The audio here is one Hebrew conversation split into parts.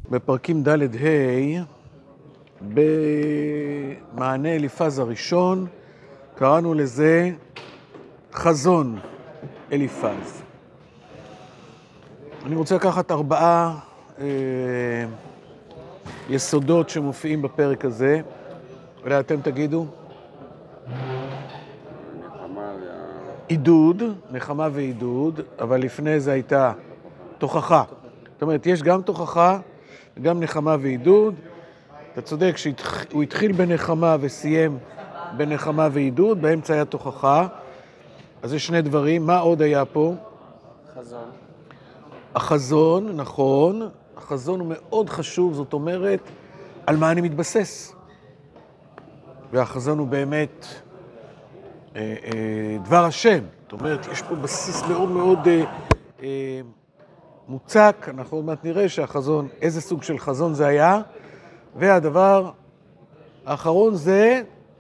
בפרקים ד' ה' במענה אליפז הראשון קראנו לזה חזון אליפז. אני רוצה לקחת 4 יסודות שמופיעים בפרק הזה. אולי אתם תגידו? עידוד, נחמה ועידוד, אבל לפני זה הייתה תוכחה. זאת אומרת, יש גם תוכחה, גם נחמה ועידוד. אתה צודק שהוא התחיל בנחמה וסיים בנחמה ועידוד, באמצע היה תוכחה. אז יש 2 דברים. מה עוד היה פה? חזון. החזון, נכון. החזון הוא מאוד חשוב, זאת אומרת, על מה אני מתבסס. והחזון הוא באמת דבר השם. זאת אומרת, יש פה בסיס מאוד מאוד מוצק. אנחנו עוד מעט נראה שהחזון, איזה סוג של חזון זה היה. והדבר האחרון זה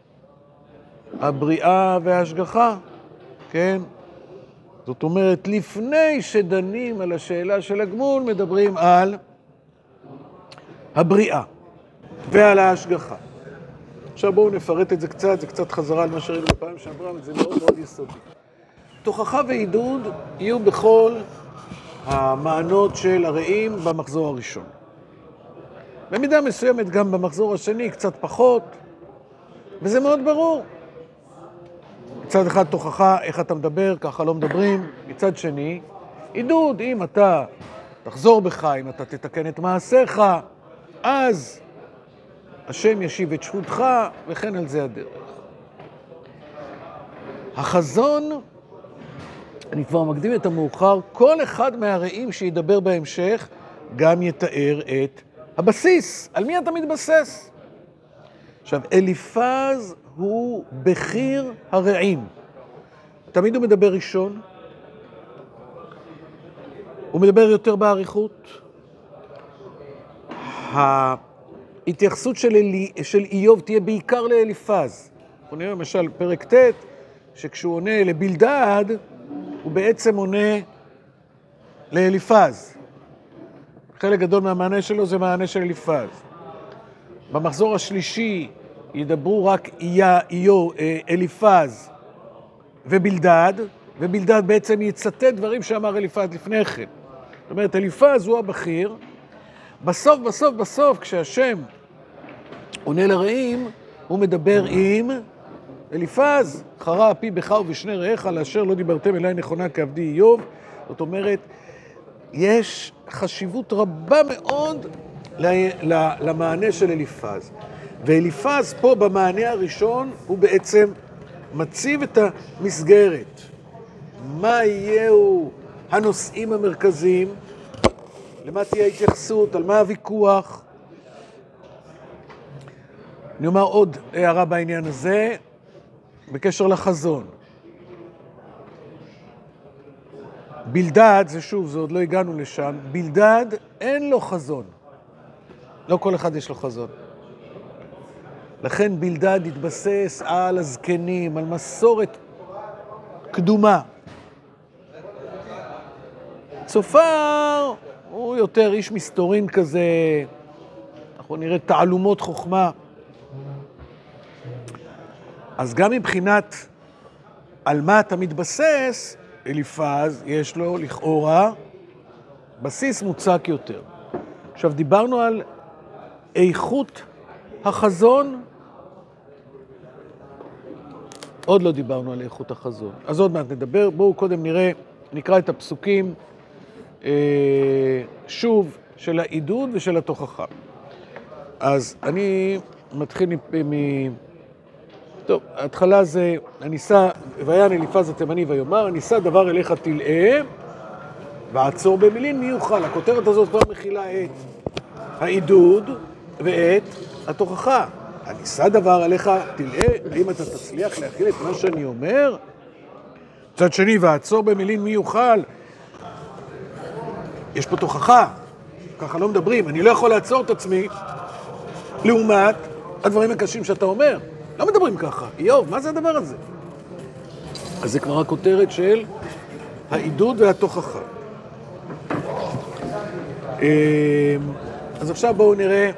הבריאה וההשגחה, כן? זאת אומרת, לפני שדנים על השאלה של הגמול, מדברים על הבריאה ועל ההשגחה. עכשיו בואו נפרט את זה קצת, זה קצת חזרה על מה שראינו בפעם שעברה, אבל זה מאוד מאוד יסודי. תוכחה ועידוד יהיו בכל המענות של הרעים במחזור הראשון. במידה מסוימת גם במחזור השני, קצת פחות, וזה מאוד ברור. מצד אחד תוכחה, איך אתה מדבר, ככה לא מדברים. מצד שני, עידוד, אם אתה תחזור בך, אם אתה תתקן את מעשיך, אז השם ישיב את שפוטך, וכן על זה הדרך. החזון, אני כבר מקדים את המאוחר, כל אחד מהרעים שידבר בהמשך, גם יתאר את הבסיס. על מי אתה מתבסס? עכשיו, אליפז הוא בחיר הרעים. תמיד הוא מדבר ראשון. הוא מדבר יותר באריכות. ההתייחסות של איוב תהיה בעיקר לאליפז. אנחנו נראה למשל פרק ט' שכשהוא עונה לבלדד, הוא בעצם עונה לאליפז. חלק גדול מהמענה שלו זה מענה של אליפז. במחזור השלישי ידברו רק אליפז ובלדד, ובלדד בעצם יצטט דברים שאמר אליפז לפני כן. זאת אומרת, אליפז הוא הבכיר. בסוף, כשהשם עונה לרעים, הוא מדבר עם אליפז, חרה אפי בך ובשני רעיך, לאשר לא דיברתם אליי נכונה כעבדי איוב. זאת אומרת, יש חשיבות רבה מאוד למענה של אליפז. ואליפז פה במענה הראשון הוא בעצם מציב את המסגרת. מה יהיו הנושאים המרכזיים? למה תהיה התייחסות? על מה הוויכוח? אני אומר עוד הערה בעניין הזה, בקשר לחזון. בלדד, זה שוב, זה עוד לא הגענו לשם, בלדד אין לו חזון. לא כל אחד יש לו חזון. לכן בלדד התבסס על הזקנים, על מסורת קדומה. צופר הוא יותר איש מסתורין כזה, אנחנו נראה תעלומות חוכמה. אז גם מבחינת על מה אתה מתבסס, אליפז יש לו לכאורה בסיס מוצק יותר. עכשיו דיברנו על איכות החזון, עוד לא דיברנו על איכות החזון. אז עוד מעט נדבר, בואו קודם נקרא את הפסוקים שוב של העידוד ושל התוכחה. אז אני מתחיל טוב, ההתחלה זה, הניסה, ויען אליפז התימני ויאמר, הניסה דבר אליך תלאה, ועצור במילין מי יוכל. הכותרת הזאת כבר מכילה את העידוד ואת התוכחה. הניסה דבר אליך תלאה, האם אתה תצליח להכיל את מה שאני אומר? צד שני, ועצור במילין מי יוכל. יש פה תוכחה, ככה לא מדברים, אני לא יכול לעצור את עצמי לעומת הדברים הקשים שאתה אומר. לא מדברים ככה. איוב, מה זה הדבר הזה? אז זה כבר הכותרת של העידוד והתוכחה. אז עכשיו בואו נראה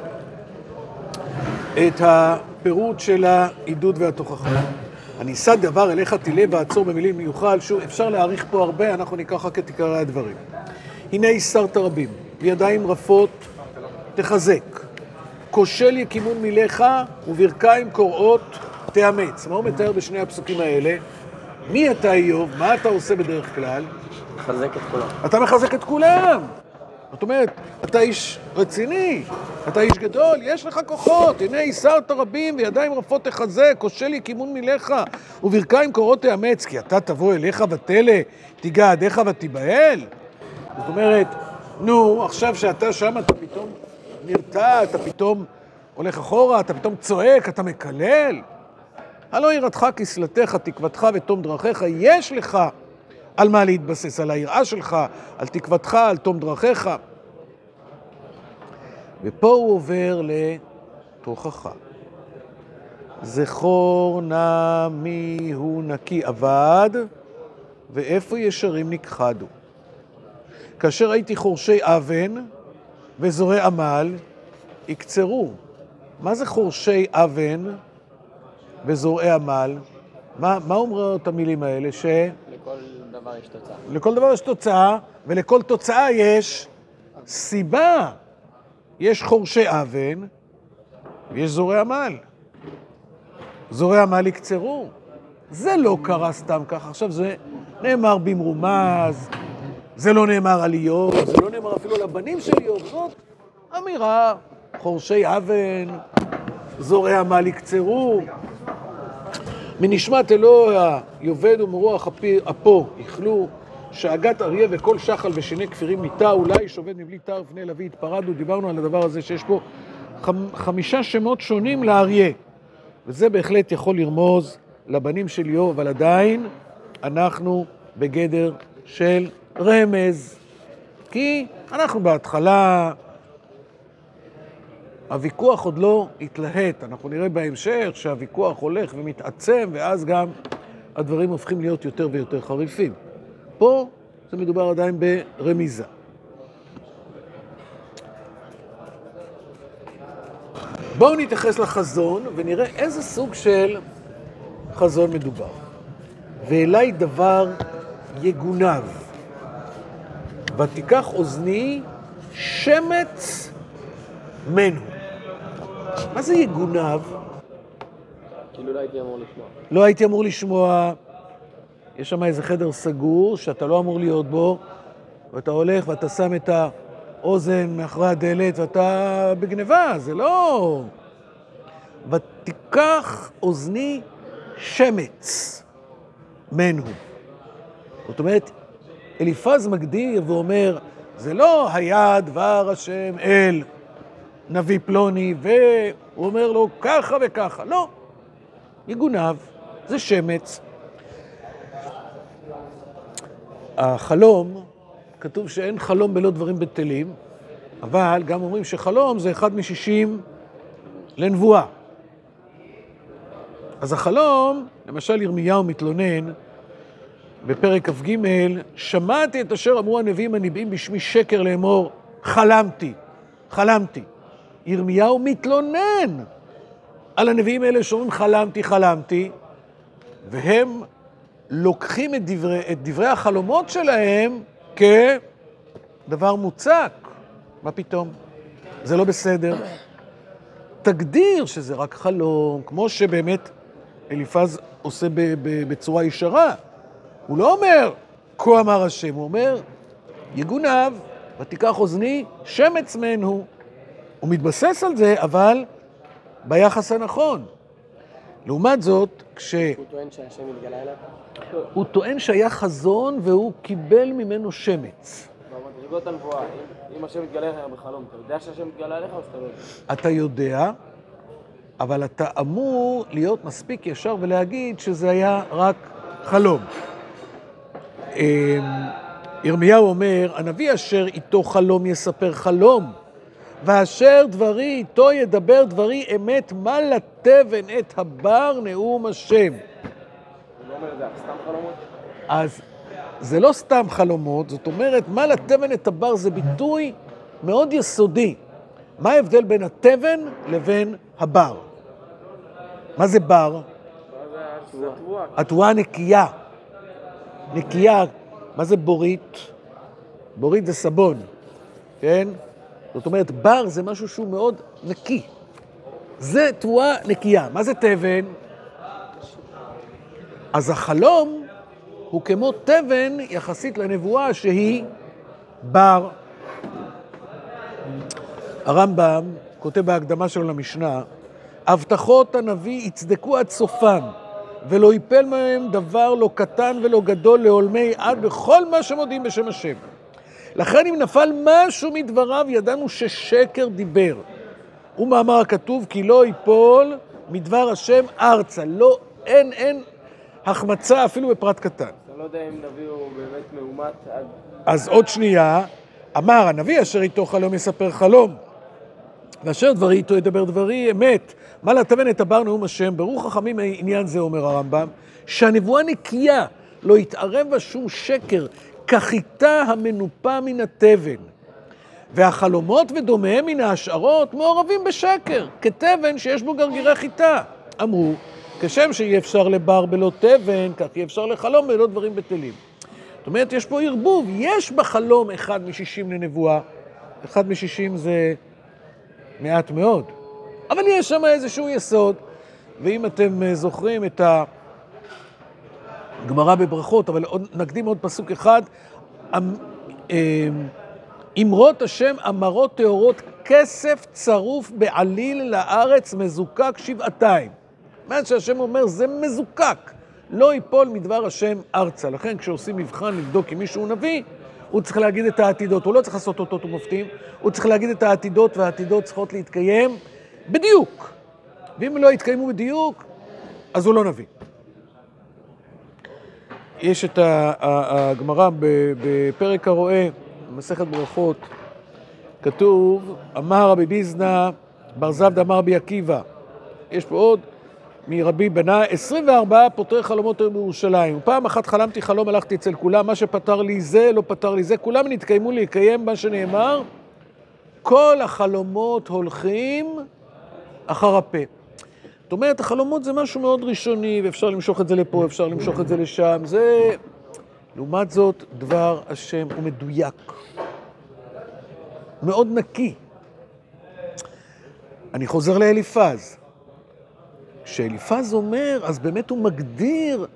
את הפירוט של העידוד והתוכחה. אני אשא דבר אליך תילה ועצור במילים מיוחל, שוב, אפשר להעריך פה הרבה, אנחנו ניקח רק את עיקרי הדברים. הנה הסרת רבים, וידיים רפות תחזק, כושל יקימון מילך וברכיים קוראות תאמץ. מה הוא מתאר בשני הפסוקים האלה? מי אתה איוב? מה אתה עושה בדרך כלל? מחזק את כולם. אתה מחזק את כולם. זאת אומרת, אתה איש רציני, אתה איש גדול, יש לך כוחות. הנה הסרת רבים וידיים רפות תחזק, כושל יקימון מילך וברכיים קוראות תאמץ, כי אתה תבוא אליך ותלה, תיגע עדיך ותיבהל. זאת אומרת, נו, עכשיו שאתה שם, אתה פתאום נרתע, אתה פתאום הולך אחורה, אתה פתאום צועק, אתה מקלל. הלא יראתך כסלתך, תקוותך ותום דרכיך, יש לך על מה להתבסס, על היראה שלך, על תקוותך, על תום דרכיך. ופה הוא עובר לתוכחה. זכור נא מי הוא נקי אבד, ואיפה ישרים נכחדו. כאשר הייתי חורשי אבן וזורי עמל, יקצרו. מה זה חורשי אבן וזורי עמל? מה אומרות המילים האלה? לכל דבר יש תוצאה. לכל דבר יש תוצאה, ולכל תוצאה יש סיבה. יש חורשי אבן ויש זורי עמל. זורי עמל יקצרו. זה לא קרה סתם ככה. עכשיו זה נאמר במרומז, זה לא נאמר על איוב, זה לא נאמר אפילו לבנים של איוב. זאת אמירה, חורשי אבן, זורי עמל יקצרו. מנשמת אלוה יאבד ומרוח אפו יכלו, שאגת אריה וכל שחל ושיני כפירים מיטה, אולי שובת מבלי תר פני לביא התפרדו. דיברנו על הדבר הזה שיש פה 5 שמות שונים לאריה, וזה בהחלט יכול לרמוז לבנים של איוב, אבל עדיין אנחנו בגדר של רמז, כי אנחנו בהתחלה, הוויכוח עוד לא התלהט. אנחנו נראה בהמשך שהוויכוח הולך ומתעצם, ואז גם הדברים הופכים להיות יותר ויותר חריפים. פה זה מדובר עדיין ברמיזה. בואו נתייחס לחזון ונראה איזה סוג של חזון מדובר. ואליי דבר יגונב, ותיקח אוזני שמץ מנו. מה זה יגונב? כאילו לא הייתי אמור לשמוע. לא הייתי אמור לשמוע. יש שם איזה חדר סגור שאתה לא אמור להיות בו, ואתה הולך ואתה שם את האוזן מאחורי הדלת ואתה בגניבה, זה לא... ותיקח אוזני שמץ מנו. זאת אומרת, אליפז מגדיר ואומר, זה לא היה דבר השם אל נביא פלוני, והוא אומר לו ככה וככה. לא, יגונב, זה שמץ. החלום, כתוב שאין חלום בלא דברים בטלים, אבל גם אומרים שחלום זה 1 מ-60 לנבואה. אז החלום, למשל ירמיהו מתלונן, בפרק כ"ג, שמעתי את אשר אמרו הנביאים הנביאים בשמי שקר לאמור, חלמתי, חלמתי. ירמיהו מתלונן על הנביאים האלה שאומרים חלמתי, חלמתי, והם לוקחים את דברי החלומות שלהם כדבר מוצק. מה פתאום? זה לא בסדר. תגדיר שזה רק חלום, כמו שבאמת אליפז עושה בצורה ישרה. הוא לא אומר, כה אמר השם, הוא אומר, יגונב, ותיקח אוזני, שמץ מנו. הוא מתבסס על זה, אבל ביחס הנכון. לעומת זאת, הוא טוען שהשם התגלה אליו? הוא טוען שהיה חזון והוא קיבל ממנו שמץ. במדרגות הנבואה, אם השם התגלה אליך בחלום, אתה יודע שהשם התגלה אליך או שאתה לא יודע? אתה יודע, אבל אתה אמור להיות מספיק ישר ולהגיד שזה היה רק חלום. ירמיהו אומר, הנביא אשר איתו חלום יספר חלום, ואשר דברי איתו ידבר דברי אמת, מה לתבן את הבר נאום השם. הוא לא אומר את זה, סתם חלומות? אז זה לא סתם חלומות, זאת אומרת, מה לתבן את הבר זה ביטוי מאוד יסודי. מה ההבדל בין התבן לבין הבר? מה זה בר? זה התבואה. התבואה נקייה. נקייה. מה זה בורית? בורית זה סבון, כן? זאת אומרת, בר זה משהו שהוא מאוד נקי. זה תבואה נקייה. מה זה תבן? אז החלום הוא כמו תבן יחסית לנבואה שהיא בר. הרמב"ם כותב בהקדמה שלו למשנה, הבטחות הנביא יצדקו עד סופן, ולא ייפל מהם דבר לא קטן ולא גדול לעולמי עד בכל מה שמודיעים בשם השם. לכן אם נפל משהו מדבריו, ידענו ששקר דיבר. ומאמר הכתוב, כי לא ייפול מדבר השם ארצה. לא, אין החמצה אפילו בפרט קטן. אתה לא יודע אם נביא הוא באמת מאומת עד... אז עוד שנייה, אמר הנביא אשר איתו חלום יספר חלום, ואשר דברי איתו ידבר דברי אמת. מה לתבן את הבר נאום השם? ברוך חכמים העניין זה, אומר הרמב"ם, שהנבואה נקייה, לא יתערב בה שום שקר, כחיטה המנופה מן התבן. והחלומות ודומיהם מן ההשערות מעורבים בשקר, כתבן שיש בו גרגירי חיטה. אמרו, כשם שאי אפשר לבר בלא תבן, כך אי אפשר לחלום בלא דברים בטלים. זאת אומרת, יש פה ערבוב, יש בחלום 1 מ-60 לנבואה, 1 מ-60 זה מעט מאוד, אבל יש שם איזשהו יסוד, ואם אתם זוכרים את הגמרא בברכות, אבל נקדים עוד פסוק אחד, אמרות השם אמרות טהורות, כסף צרוף בעליל לארץ מזוקק 7 פעמים. מה שהשם אומר זה מזוקק, לא ייפול מדבר השם ארצה. לכן כשעושים מבחן לבדוק אם מישהו נביא, הוא צריך להגיד את העתידות, הוא לא צריך לעשות אותות ומופתים, הוא צריך להגיד את העתידות, והעתידות צריכות להתקיים בדיוק. ואם לא יתקיימו בדיוק, אז הוא לא נביא. יש את הגמרא בפרק הרואה, במסכת ברכות, כתוב, אמר רבי ביזנא בר זבדא אמר רבי עקיבא. יש פה עוד מרבי בנה, 24 פותרי חלומות היו בירושלים. ופעם אחת חלמתי חלום, הלכתי אצל כולם, מה שפתר לי זה, לא פתר לי זה, כולם נתקיימו לקיים מה שנאמר, כל החלומות הולכים אחר הפה. זאת אומרת, החלומות זה משהו מאוד ראשוני, ואפשר למשוך את זה לפה, אפשר למשוך את זה לשם, זה... לעומת זאת, דבר השם הוא מדויק, מאוד נקי. אני חוזר לאליפז. כשאליפז אומר, אז באמת הוא מגדיר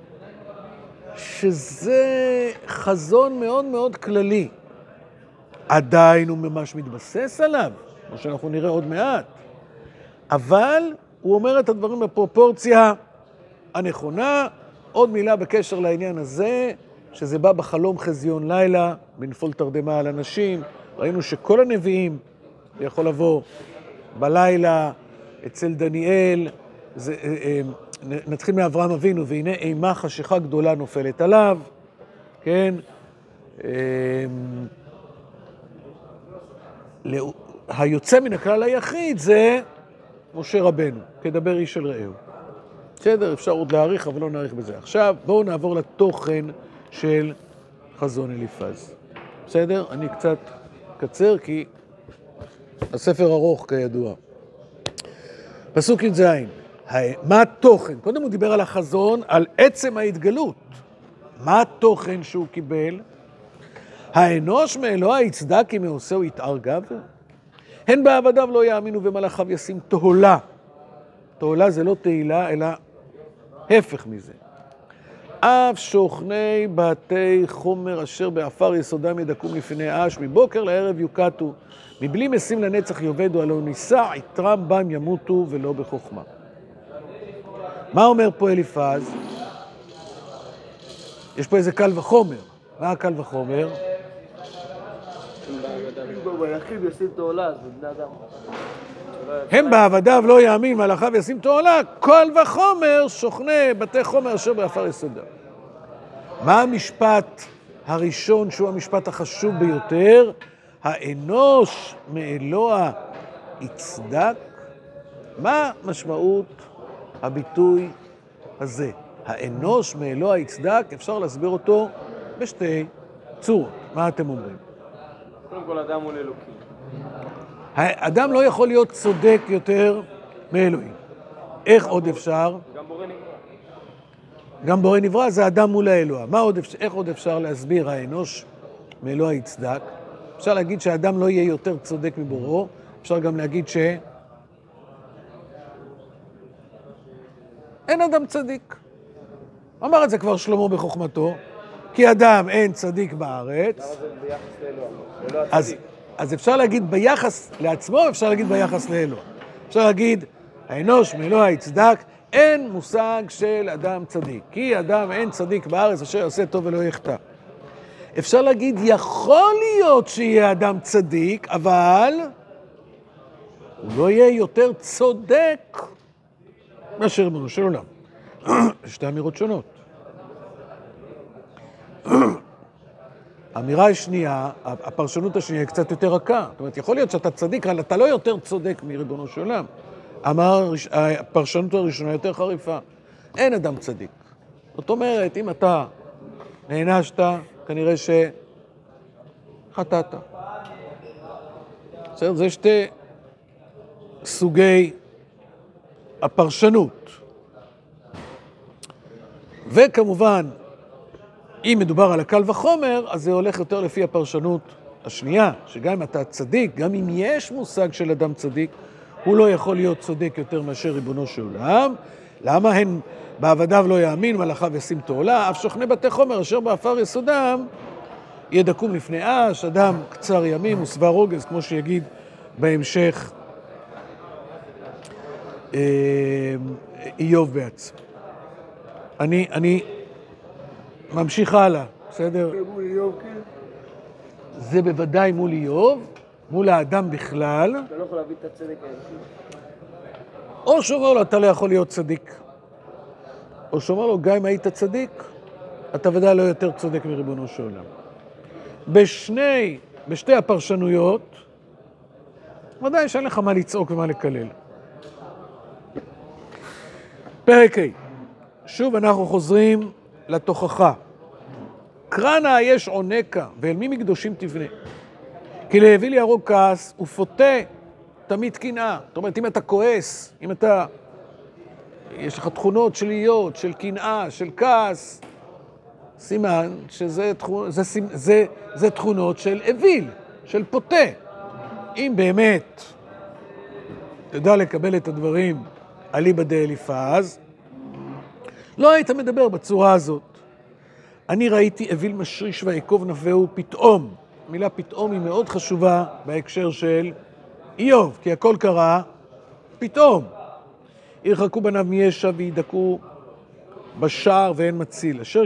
שזה חזון מאוד מאוד כללי. עדיין הוא ממש מתבסס עליו, כמו שאנחנו נראה עוד מעט. אבל הוא אומר את הדברים בפרופורציה הנכונה. עוד מילה בקשר לעניין הזה, שזה בא בחלום חזיון לילה, בנפול תרדמה על אנשים. ראינו שכל הנביאים יכול לבוא בלילה אצל דניאל, נתחיל מאברהם אבינו, והנה אימה חשיכה גדולה נופלת עליו, כן? היוצא מן הכלל היחיד זה משה רבנו, כדבר איש אל רעהו. בסדר, אפשר עוד להאריך, אבל לא נאריך בזה. עכשיו בואו נעבור לתוכן של חזון אליפז. בסדר? אני קצת קצר כי הספר ארוך כידוע. פסוק י"ז. מה התוכן? קודם הוא דיבר על החזון, על עצם ההתגלות. מה התוכן שהוא קיבל? האנוש מאלוה יצדק כי מעושהו יתער גבר? הן בעבדיו לא יאמינו ומלאכיו ישים תהולה. תהולה זה לא תהילה, אלא הפך מזה. אף שוכני בתי חומר אשר באפר יסודם ידקום לפני אש, מבוקר לערב יוקטו, מבלי משים לנצח יובדו, הלא ניסע יתרם בם ימותו ולא בחוכמה. מה אומר פה אליפז? יש פה איזה קל וחומר. מה הקל וחומר? מלאכים ישים תהולה, זה בני אדם. הם בעבדיו לא יאמין מלאכיו ישים תהולה, קל וחומר שוכני בתי חומר אשר באפר יסודם. מה המשפט הראשון שהוא המשפט החשוב ביותר? האנוש מאלוה יצדק? מה משמעות הביטוי הזה? האנוש מאלוה יצדק, אפשר להסביר אותו בשתי צורות. מה אתם אומרים? קודם כל אדם מול אלוקים. האדם לא יכול להיות צודק יותר מאלוהים. איך עוד אפשר? גם בורא נברא. גם בורא נברא זה אדם מול האלוה. איך עוד אפשר להסביר האנוש מאלוה יצדק? אפשר להגיד שהאדם לא יהיה יותר צודק מבוראו, אפשר גם להגיד שאין אדם צדיק. אמר את זה כבר שלמה בחוכמתו, כי אדם אין צדיק בארץ. למה זה ביחס לאלוה? אז אפשר להגיד ביחס לעצמו, אפשר להגיד ביחס לאלוה. אפשר להגיד, האנוש מאלוה יצדק, אין מושג של אדם צדיק. כי אדם אין צדיק בארץ אשר עושה טוב ולא יחטא. אפשר להגיד, יכול להיות שיהיה אדם צדיק, אבל הוא לא יהיה יותר צודק מאשר ריבונו של עולם. שתי אמירות שונות. האמירה השנייה, הפרשנות השנייה היא קצת יותר רכה. זאת אומרת, יכול להיות שאתה צדיק, אבל אתה לא יותר צודק מריבונו של עולם. הפרשנות הראשונה יותר חריפה. אין אדם צדיק. זאת אומרת, אם אתה נענשת, כנראה שחטאת. בסדר? זה שתי סוגי הפרשנות. וכמובן, אם מדובר על הקל וחומר, אז זה הולך יותר לפי הפרשנות השנייה, שגם אם אתה צדיק, גם אם יש מושג של אדם צדיק, הוא לא יכול להיות צודק יותר מאשר ריבונו של עולם. למה? הן בעבדיו לא יאמין, מלאכיו ישים תועלה, אף שוכני בתי חומר אשר באפר יסודם, ידקום לפני אש, אדם קצר ימים ושבע רוגז, כמו שיגיד בהמשך איוב בעצמו. אני ממשיך הלאה, בסדר? מול איוב, כן. זה בוודאי מול איוב, מול האדם בכלל. אתה לא יכול להביא את הצדק האנושי. או שאומר לו, אתה לא יכול להיות צדיק. או שאומר לו, גם אם היית צדיק, אתה ודאי לא יותר צודק מריבונו של עולם. בשתי הפרשנויות, ודאי שאין לך מה לצעוק ומה לקלל. פרק ה'. שוב אנחנו חוזרים לתוכחה. קרנה יש עונקה, ואל מי מקדושים תבנה. כי להביא לי הרוג כעס, ופוטה תמיד קנאה. זאת אומרת, אם אתה כועס, אם אתה... יש לך תכונות שליליות, של קנאה, של כעס, סימן שזה תכונות של אוויל, של פוטה. אם באמת תדע לקבל את הדברים אליבא דאליפז, לא היית מדבר בצורה הזאת. אני ראיתי אוויל משריש והעקוב נבהו פתאום. המילה פתאום היא מאוד חשובה בהקשר של איוב, כי הכל קרה פתאום. ירחקו בניו מישע וידקו בשער ואין מציל. אשר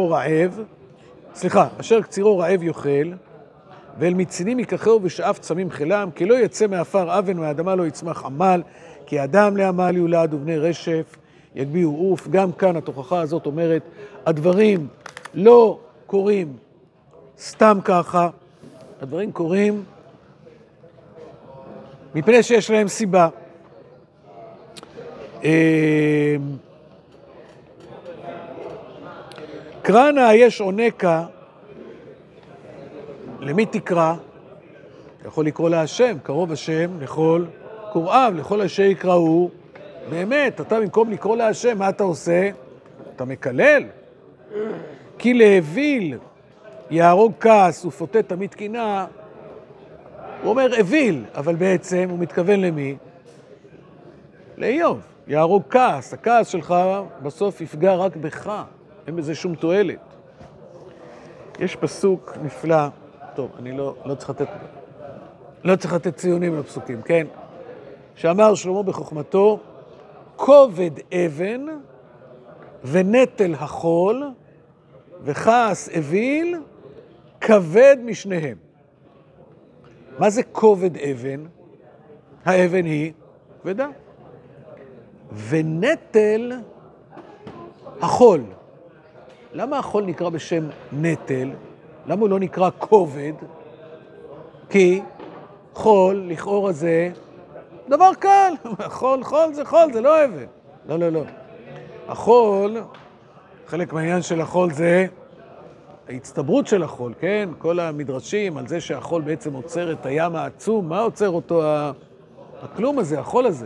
קצירו רעב יאכל, ואל מצינים ייקחהו ושאף צמים חילם, כי לא יצא מעפר אבן מהאדמה לא יצמח עמל, כי אדם לעמל יולד ובני רשף יגביהו עוף. גם כאן התוכחה הזאת אומרת, הדברים לא קורים סתם ככה, הדברים קורים מפני שיש להם סיבה. קרנה יש עונקה, למי תקרא? אתה יכול לקרוא להשם, קרוב השם לכל קוראיו, לכל אשר יקראו. באמת, אתה במקום לקרוא להשם, מה אתה עושה? אתה מקלל. כי להביל יהרוג כעס ופוטה תמיד קנאה, הוא אומר אוויל, אבל בעצם הוא מתכוון למי? לאיוב. יהרוג כעס, הכעס שלך בסוף יפגע רק בך, אין בזה שום תועלת. יש פסוק נפלא, טוב, אני לא צריך לתת ציונים לפסוקים, כן? שאמר שלמה בחוכמתו, כובד אבן ונטל החול וכעס אוויל כבד משניהם. מה זה כובד אבן? האבן היא כבדה. ונטל החול. למה החול נקרא בשם נטל? למה הוא לא נקרא כובד? כי חול, לכאורה זה דבר קל. חול זה חול, זה לא אבן. לא. החול, חלק מהעניין של החול זה ההצטברות של החול, כן? כל המדרשים על זה שהחול בעצם עוצר את הים העצום, מה עוצר אותו הכלום הזה, החול הזה?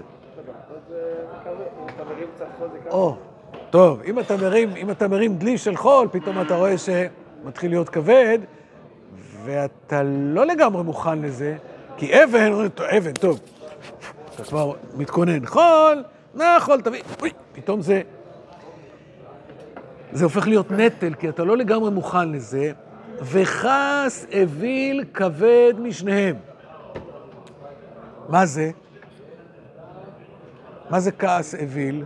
או, טוב, אם אתה מרים דלי של חול, פתאום אתה רואה שמתחיל להיות כבד, ואתה לא לגמרי מוכן לזה, כי אבן, טוב, אתה כבר מתכונן, חול, חול, תביא, פתאום זה הופך להיות נטל, כי אתה לא לגמרי מוכן לזה, וכעס אוויל כבד משניהם. מה זה? מה זה כעס אוויל?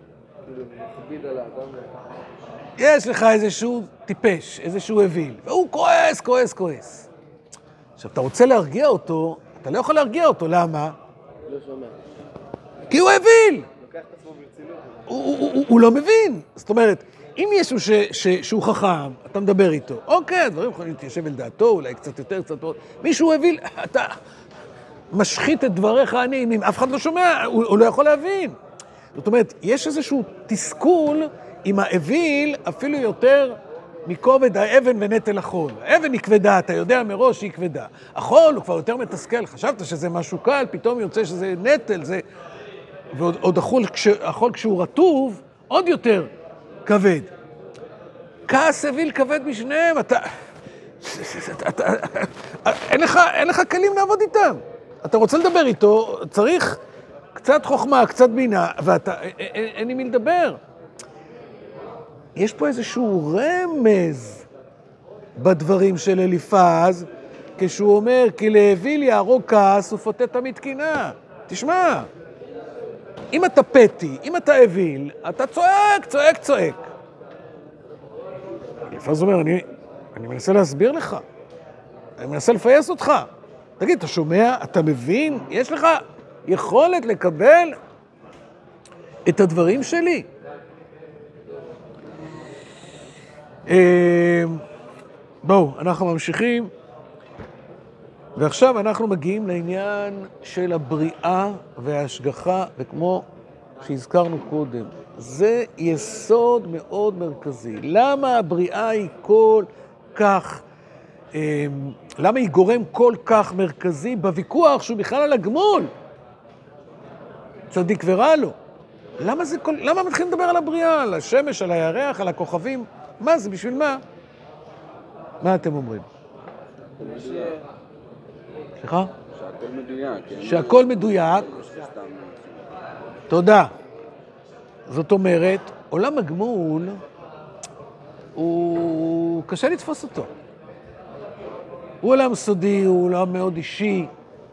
יש לך איזשהו טיפש, איזשהו אוויל, והוא כועס. עכשיו, אתה רוצה להרגיע אותו, אתה לא יכול להרגיע אותו, למה? לא שומע. כי הוא אוויל! לוקח את עצמו ברצינות. הוא לא מבין. זאת אומרת, אם מישהו שהוא חכם, אתה מדבר איתו, אוקיי, הדברים יכולים להתיישב אל דעתו, אולי קצת יותר, קצת פחות. מישהו אוויל, אתה משחית את דבריך הנעימים, אף אחד לא שומע, הוא לא יכול להבין. זאת אומרת, יש איזשהו תסכול עם האוויל, אפילו יותר מכובד האבן ונטל החול. האבן היא כבדה, אתה יודע מראש שהיא כבדה. החול הוא כבר יותר מתסכל, חשבת שזה משהו קל, פתאום יוצא שזה נטל, זה... ועוד החול כשהוא רטוב, עוד יותר כבד. כעס אוויל כבד משניהם, אין לך כלים לעבוד איתם. אתה רוצה לדבר איתו, צריך קצת חוכמה, קצת בינה, אין עם מי לדבר. יש פה איזשהו רמז בדברים של אליפז, כשהוא אומר, כי לאוויל יהרוג כעס ופוטט תמיד קינה. תשמע, אם אתה פתי, אם אתה אוויל, אתה צועק. אליפז אומר, אני מנסה להסביר לך, אני מנסה לפייס אותך. תגיד, אתה שומע? אתה מבין? יש לך יכולת לקבל את הדברים שלי? בואו, אנחנו ממשיכים, ועכשיו אנחנו מגיעים לעניין של הבריאה וההשגחה, וכמו שהזכרנו קודם, זה יסוד מאוד מרכזי. למה הבריאה היא כל כך, למה היא גורם כל כך מרכזי בוויכוח שהוא בכלל על הגמול? צדיק ורע לו. למה מתחילים לדבר על הבריאה, על השמש, על הירח, על הכוכבים? מה זה? בשביל מה? מה אתם אומרים? סליחה? שהכל מדויק. שהכל מדויק. תודה. זאת אומרת, עולם הגמול הוא קשה לתפוס אותו. הוא עולם סודי, הוא עולם מאוד אישי.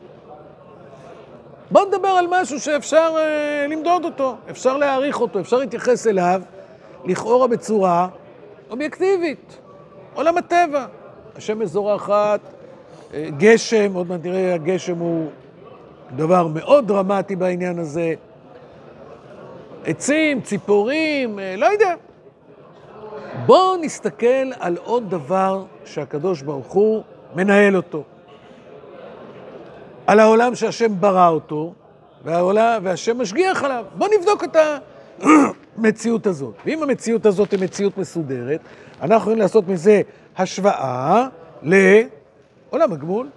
בואו נדבר על משהו שאפשר למדוד אותו, אפשר להעריך אותו, אפשר להתייחס אליו, לכאורה בצורה אובייקטיבית. עולם הטבע, השמש זורחת, גשם, עוד מעט נראה, הגשם הוא דבר מאוד דרמטי בעניין הזה. עצים, ציפורים, לא יודע. בואו נסתכל על עוד דבר שהקדוש ברוך הוא מנהל אותו. על העולם שהשם ברא אותו, והשם משגיח עליו. בואו נבדוק את המציאות הזאת. ואם המציאות הזאת היא מציאות מסודרת, אנחנו יכולים לעשות מזה השוואה לעולם הגמול.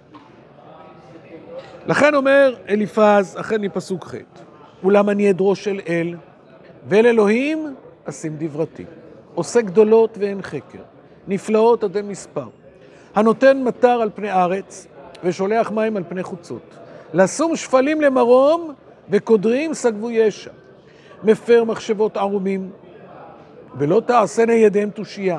לכן אומר אליפז, החל מפסוק ח', אולם אני עדרו של אל, ואל אלוהים אשים דברתי. עושה גדולות ואין חקר, נפלאות עד אין מספר. הנותן מטר על פני ארץ, ושולח מים על פני חוצות. לשום שפלים למרום, וקודרים סגבו ישע. מפר מחשבות ערומים, ולא תעשנה ידיהם תושייה.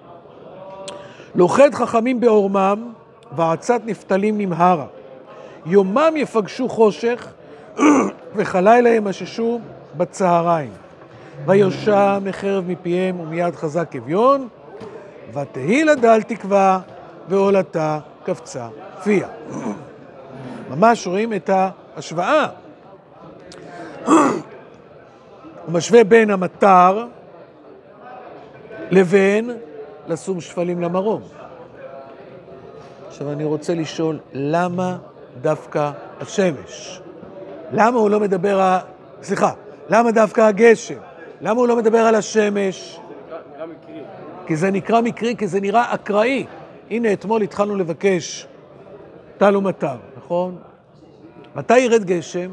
לוכד חכמים בעורמם, ועצת נפתלים נמהרה. יומם יפגשו חושך, וחלילה ימששו בצהריים. ויושע מחרב מפיהם ומיד חזק אביון, ותהי לדל תקווה, ועולתה קפצה פיה. ממש רואים את ההשוואה. הוא משווה בין המטר לבין לשום שפלים למרום. עכשיו אני רוצה לשאול, למה דווקא השמש? למה הוא לא מדבר, למה דווקא הגשם? למה הוא לא מדבר על השמש? נראה מקרי. כי זה נקרא מקרי, כי זה נראה אקראי. הנה, אתמול התחלנו לבקש טל ומטר, נכון? מתי ירד גשם?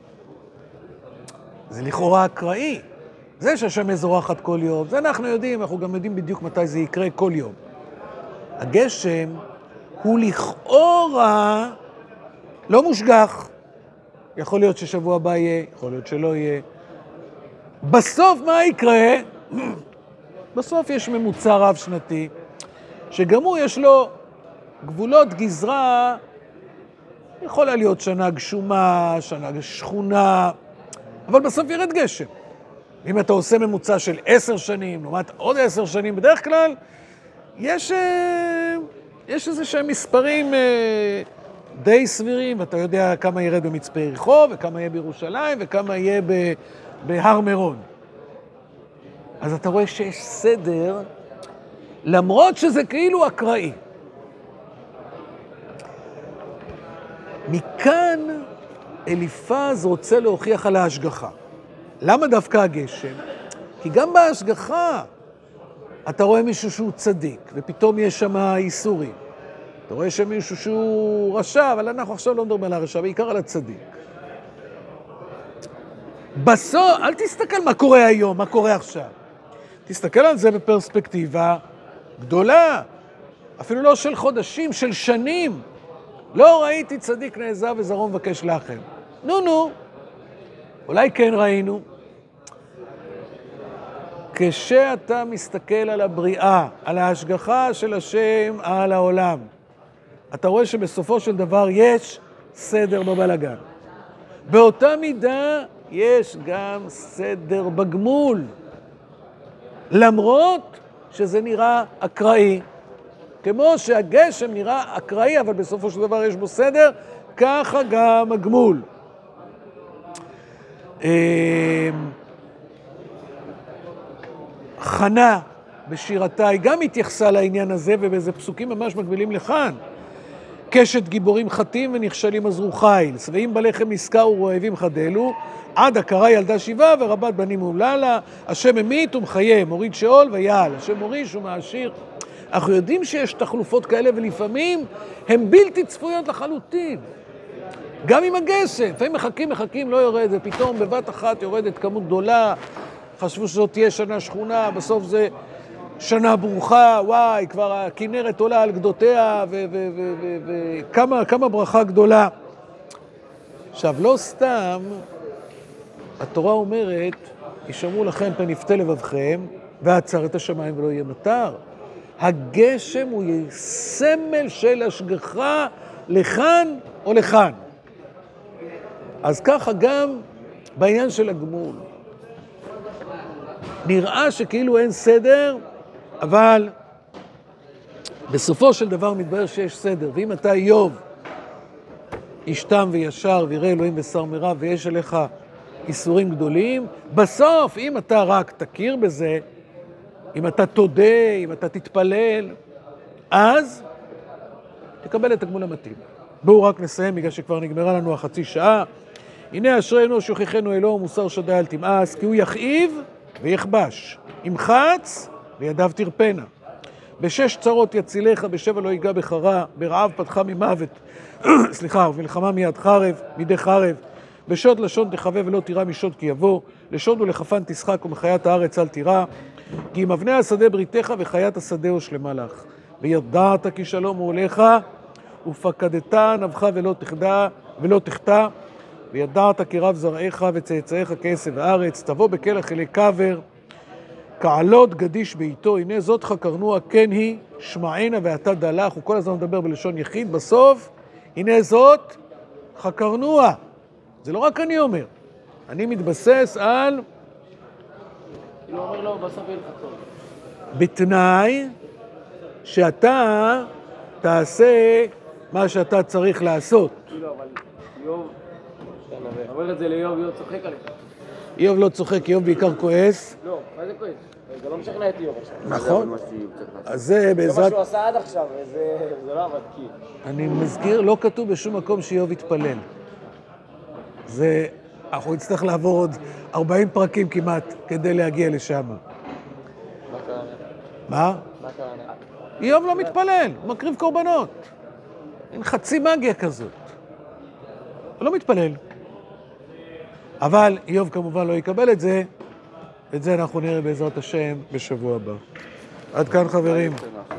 זה לכאורה אקראי. זה שהשמש זורחת כל יום, זה אנחנו יודעים, אנחנו גם יודעים בדיוק מתי זה יקרה כל יום. הגשם הוא לכאורה לא מושגח. יכול להיות ששבוע הבא יהיה, יכול להיות שלא יהיה. בסוף מה יקרה? בסוף יש ממוצע רב שנתי, שגם הוא יש לו גבולות גזרה, יכולה להיות שנה גשומה, שנה שכונה, אבל בסוף ירד גשם. אם אתה עושה ממוצע של 10 שנים, לעומת עוד 10 שנים, בדרך כלל יש איזה שהם מספרים די סבירים, ואתה יודע כמה ירד במצפה יריחו, וכמה יהיה בירושלים, וכמה יהיה בהר מירון. אז אתה רואה שיש סדר, למרות שזה כאילו אקראי. מכאן אליפז רוצה להוכיח על ההשגחה. למה דווקא הגשם? כי גם בהשגחה אתה רואה מישהו שהוא צדיק, ופתאום יש שם איסורים. אתה רואה שמישהו שהוא רשע, אבל אנחנו עכשיו לא מדברים על הרשע, בעיקר על הצדיק. בסוף, אל תסתכל מה קורה היום, מה קורה עכשיו. תסתכל על זה בפרספקטיבה גדולה, אפילו לא של חודשים, של שנים. לא ראיתי צדיק נעזב וזרעו מבקש לחם. נו, אולי כן ראינו. כשאתה מסתכל על הבריאה, על ההשגחה של השם על העולם, אתה רואה שבסופו של דבר יש סדר בבלגן. באותה מידה יש גם סדר בגמול. למרות שזה נראה אקראי. כמו שהגשם נראה אקראי, אבל בסופו של דבר יש בו סדר, ככה גם הגמול. חנה בשירתה היא גם התייחסה לעניין הזה, ובאיזה פסוקים ממש מקבילים לכאן. קשת גיבורים חטאים ונכשלים עזרו חיל, שבעים בלחם נזכר ורעבים חדלו, עד הכרה ילדה שבעה ורבת בנים הוללה, השם המית ומחיה, מוריד שאול ויעל, השם מוריש ומעשיר. אנחנו יודעים שיש תחלופות כאלה, ולפעמים הן בלתי צפויות לחלוטין. גם עם הגשם, לפעמים מחכים, לא יורד, ופתאום בבת אחת יורדת כמות גדולה, חשבו שזאת תהיה שנה שכונה, בסוף זה שנה ברוכה, וואי, כבר הכנרת עולה על גדותיה, וכמה ברכה גדולה. עכשיו, לא סתם, התורה אומרת, ישמרו לכם פן יפתה לבבכם, ועצר את השמיים ולא יהיה מטר. הגשם הוא סמל של השגחה לכאן או לכאן. אז ככה גם בעניין של הגמול. נראה שכאילו אין סדר, אבל בסופו של דבר מתברר שיש סדר. ואם אתה איוב, איש תם וישר וירא אלוהים ושר מרע, ויש עליך איסורים גדולים, בסוף, אם אתה רק תכיר בזה, אם אתה תודה, אם אתה תתפלל, אז תקבל את הגמול המתאים. בואו רק נסיים, בגלל שכבר נגמרה לנו החצי שעה. הנה אשרינו שוכחנו אלוהו מוסר שדי אל תמאס, כי הוא יכאיב ויכבש, ימחץ וידיו תרפנה. בשש צרות יצילך, בשבע לא ייגע בך רע, ברעב פתחה ממוות, ומלחמה מידי חרב. בשוד לשון תחווה ולא תירא משוד כי יבוא, לשוד ולחפן תשחק ומחיית הארץ אל תירא, כי אם אבני השדה בריתך וחיית השדה הושלמה לך. וידעת כי שלום הוא עליך, ופקדת נבך ולא תחטא, וידעת כי רב זרעיך וצאצאיך כעשב הארץ, תבוא בכלך אלי קבר, כעלות גדיש בעיתו, הנה זאת חקרנוה כן היא, שמענה ואתה דלך, הוא כל הזמן מדבר בלשון יחיד, בסוף, הנה זאת חקרנוה. זה לא רק אני אומר, אני מתבסס על... הוא אומר לו, בסוף יהיה לך טוב. בתנאי שאתה תעשה מה שאתה צריך לעשות. כאילו, אבל איוב, אומר את זה לאיוב, איוב צוחק עליך. איוב לא צוחק, איוב בעיקר כועס. לא, מה זה כועס? זה לא משכנע את איוב עכשיו. נכון. אז זה זה מה בעזרת... שהוא עשה עד עכשיו, זה לא עבד כי... אני מזכיר, לא כתוב בשום מקום שאיוב יתפלל. זה... אנחנו נצטרך לעבור עוד 40 פרקים כמעט כדי להגיע לשם. מה קרה? מה? מה הכוונה? איוב לא מתפלל, הוא מקריב קורבנות. אין חצי מגיה כזאת. הוא לא מתפלל. אבל איוב כמובן לא יקבל את זה. את זה אנחנו נראה בעזרת השם בשבוע הבא. עד כאן חברים.